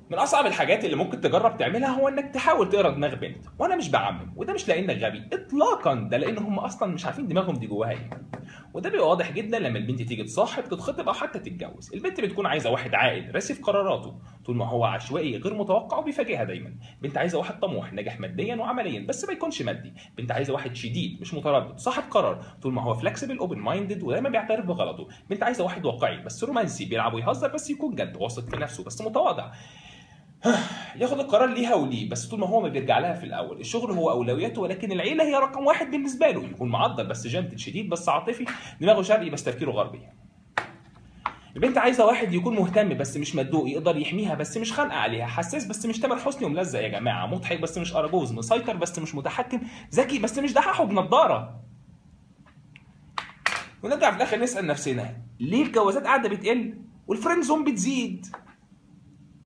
من اصعب الحاجات اللي ممكن تجرب تعملها هو انك تحاول تقرا دماغ بنت، وانا مش بعمم، وده مش لانك غبي اطلاقا، ده لان هم اصلا مش عارفين دماغهم دي جواها ايه. وده بيبقى واضح جدا لما البنت تيجي تصاحب، تتخطب او حتى تتجوز. البنت بتكون عايزه واحد عاقل راسي في قراراته، طول ما هو عشوائي غير متوقع وبيفاجئها دايما. بنت عايزه واحد طموح ناجح ماديا وعمليا بس ما يكونش مادي. بنت عايزه واحد شديد مش متردد صاحب قرار، طول ما هو فلكسبل اوبن مايندد ودايما بيعترف بغلطه. بنت عايزه واحد واقعي بس رومانسي بيلعب ويهزر بس يكون جد، واثق في نفسه بس متواضع، ياخد القرار ليها وليه بس طول ما هو ما بيرجع لها في الاول. الشغل هو اولوياته ولكن العيله هي رقم واحد بالنسبه له. يكون معضل بس جنتل، شديد بس عاطفي، دماغه شرقي بس تفكيره غربي. البنت عايزه واحد يكون مهتم بس مش مدوق، يقدر يحميها بس مش خانقه عليها، حساس بس مش تامر حسني وملزق يا جماعه، مضحك بس مش اراجوز، مسيطر بس مش متحكم، ذكي بس مش دححه بنضاره. ونرجع في الاخر نسال نفسنا ليه الجوازات قاعده بتقل والفريند زون بتزيد؟